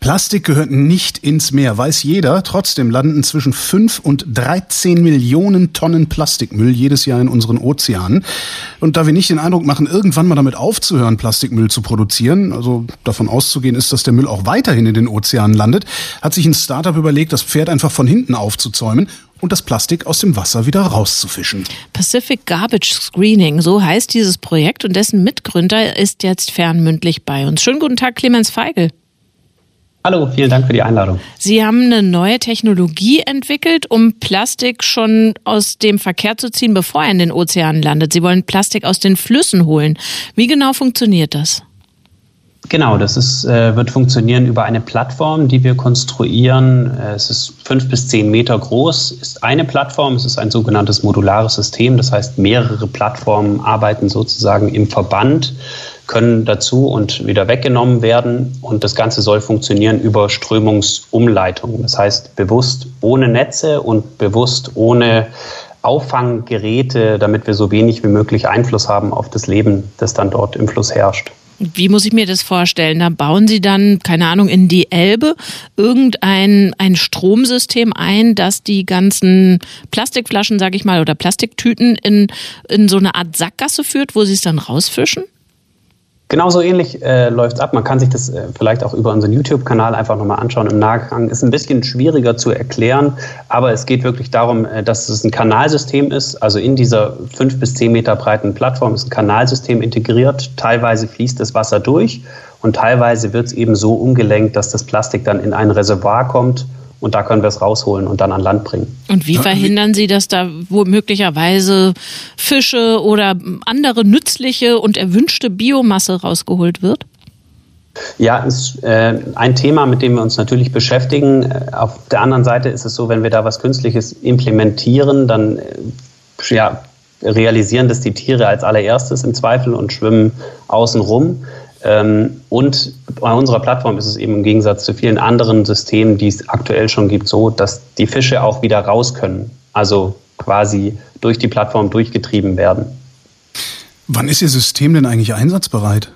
Plastik gehört nicht ins Meer, weiß jeder. Trotzdem landen zwischen 5 und 13 Millionen Tonnen Plastikmüll jedes Jahr in unseren Ozeanen. Und da wir nicht den Eindruck machen, irgendwann mal damit aufzuhören, Plastikmüll zu produzieren, also davon auszugehen ist, dass der Müll auch weiterhin in den Ozeanen landet, hat sich ein Startup überlegt, das Pferd einfach von hinten aufzuzäumen und das Plastik aus dem Wasser wieder rauszufischen. Pacific Garbage Screening, so heißt dieses Projekt, und dessen Mitgründer ist jetzt fernmündlich bei uns. Schönen guten Tag, Clemens Feigl. Hallo, vielen Dank für die Einladung. Sie haben eine neue Technologie entwickelt, um Plastik schon aus dem Verkehr zu ziehen, bevor er in den Ozeanen landet. Sie wollen Plastik aus den Flüssen holen. Wie genau funktioniert das? Genau, das wird funktionieren über eine Plattform, die wir konstruieren. Es ist 5 bis 10 Meter groß, ist eine Plattform. Es ist ein sogenanntes modulares System. Das heißt, mehrere Plattformen arbeiten sozusagen im Verband, können dazu und wieder weggenommen werden. Und das Ganze soll funktionieren über Strömungsumleitung. Das heißt, bewusst ohne Netze und bewusst ohne Auffanggeräte, damit wir so wenig wie möglich Einfluss haben auf das Leben, das dann dort im Fluss herrscht. Wie muss ich mir das vorstellen? Da bauen Sie dann, keine Ahnung, in die Elbe ein Stromsystem ein, das die ganzen Plastikflaschen, sage ich mal, oder Plastiktüten in so eine Art Sackgasse führt, wo Sie es dann rausfischen? Genau so ähnlich läuft es ab. Man kann sich das vielleicht auch über unseren YouTube-Kanal einfach nochmal anschauen im Nachgang. Ist ein bisschen schwieriger zu erklären, aber es geht wirklich darum, dass es ein Kanalsystem ist. Also in dieser 5 bis 10 Meter breiten Plattform ist ein Kanalsystem integriert. Teilweise fließt das Wasser durch und teilweise wird es eben so umgelenkt, dass das Plastik dann in ein Reservoir kommt. Und da können wir es rausholen und dann an Land bringen. Und wie verhindern Sie, dass da möglicherweise Fische oder andere nützliche und erwünschte Biomasse rausgeholt wird? Ja, ist ein Thema, mit dem wir uns natürlich beschäftigen. Auf der anderen Seite ist es so, wenn wir da was Künstliches implementieren, dann realisieren das die Tiere als allererstes im Zweifel und schwimmen außen rum. Und bei unserer Plattform ist es eben im Gegensatz zu vielen anderen Systemen, die es aktuell schon gibt, so, dass die Fische auch wieder raus können. Also quasi durch die Plattform durchgetrieben werden. Wann ist Ihr System denn eigentlich einsatzbereit?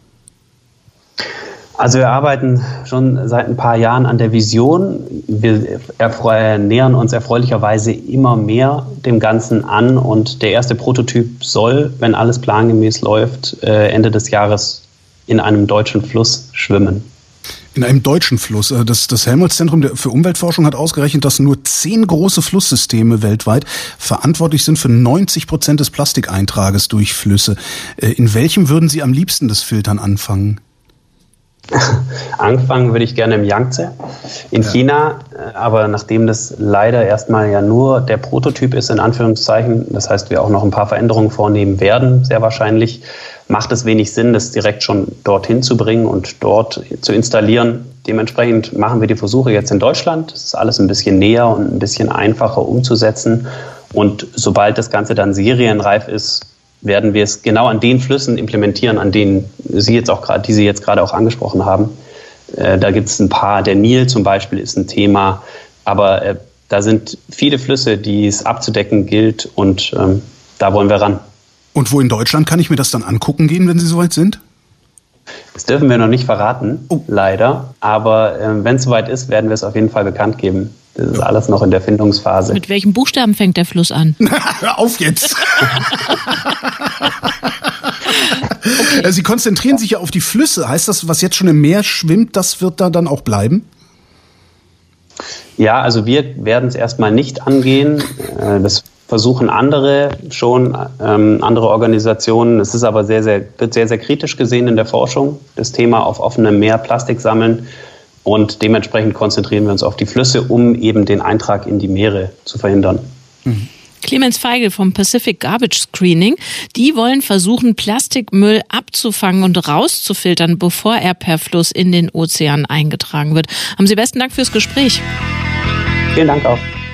Also wir arbeiten schon seit ein paar Jahren an der Vision. Wir nähern uns erfreulicherweise immer mehr dem Ganzen an. Und der erste Prototyp soll, wenn alles plangemäß läuft, Ende des Jahres in einem deutschen Fluss schwimmen. In einem deutschen Fluss. Das Helmholtz-Zentrum für Umweltforschung hat ausgerechnet, dass nur 10 große Flusssysteme weltweit verantwortlich sind für 90% des Plastikeintrages durch Flüsse. In welchem würden Sie am liebsten das Filtern anfangen? Anfangen würde ich gerne im Yangtze in China, aber nachdem das leider erstmal ja nur der Prototyp ist, in Anführungszeichen, das heißt, wir auch noch ein paar Veränderungen vornehmen werden, sehr wahrscheinlich, macht es wenig Sinn, das direkt schon dorthin zu bringen und dort zu installieren. Dementsprechend machen wir die Versuche jetzt in Deutschland. Das ist alles ein bisschen näher und ein bisschen einfacher umzusetzen. Und sobald das Ganze dann serienreif ist, werden wir es genau an den Flüssen implementieren, an denen die Sie jetzt gerade auch angesprochen haben. Da gibt es ein paar, der Nil zum Beispiel ist ein Thema, aber da sind viele Flüsse, die es abzudecken gilt und da wollen wir ran. Und wo in Deutschland kann ich mir das dann angucken gehen, wenn Sie soweit sind? Das dürfen wir noch nicht verraten, leider, aber wenn es soweit ist, werden wir es auf jeden Fall bekannt geben. Das ist alles noch in der Findungsphase. Mit welchem Buchstaben fängt der Fluss an? Hör auf jetzt! Okay. Sie konzentrieren sich ja auf die Flüsse. Heißt das, was jetzt schon im Meer schwimmt, das wird da dann auch bleiben? Ja, also wir werden es erstmal nicht angehen. Das versuchen andere schon, andere Organisationen. Es ist aber wird sehr, sehr kritisch gesehen in der Forschung, das Thema auf offenem Meer Plastik sammeln. Und dementsprechend konzentrieren wir uns auf die Flüsse, um eben den Eintrag in die Meere zu verhindern. Clemens Feigl vom Pacific Garbage Screening, die wollen versuchen, Plastikmüll abzufangen und rauszufiltern, bevor er per Fluss in den Ozean eingetragen wird. Haben Sie besten Dank fürs Gespräch. Vielen Dank auch.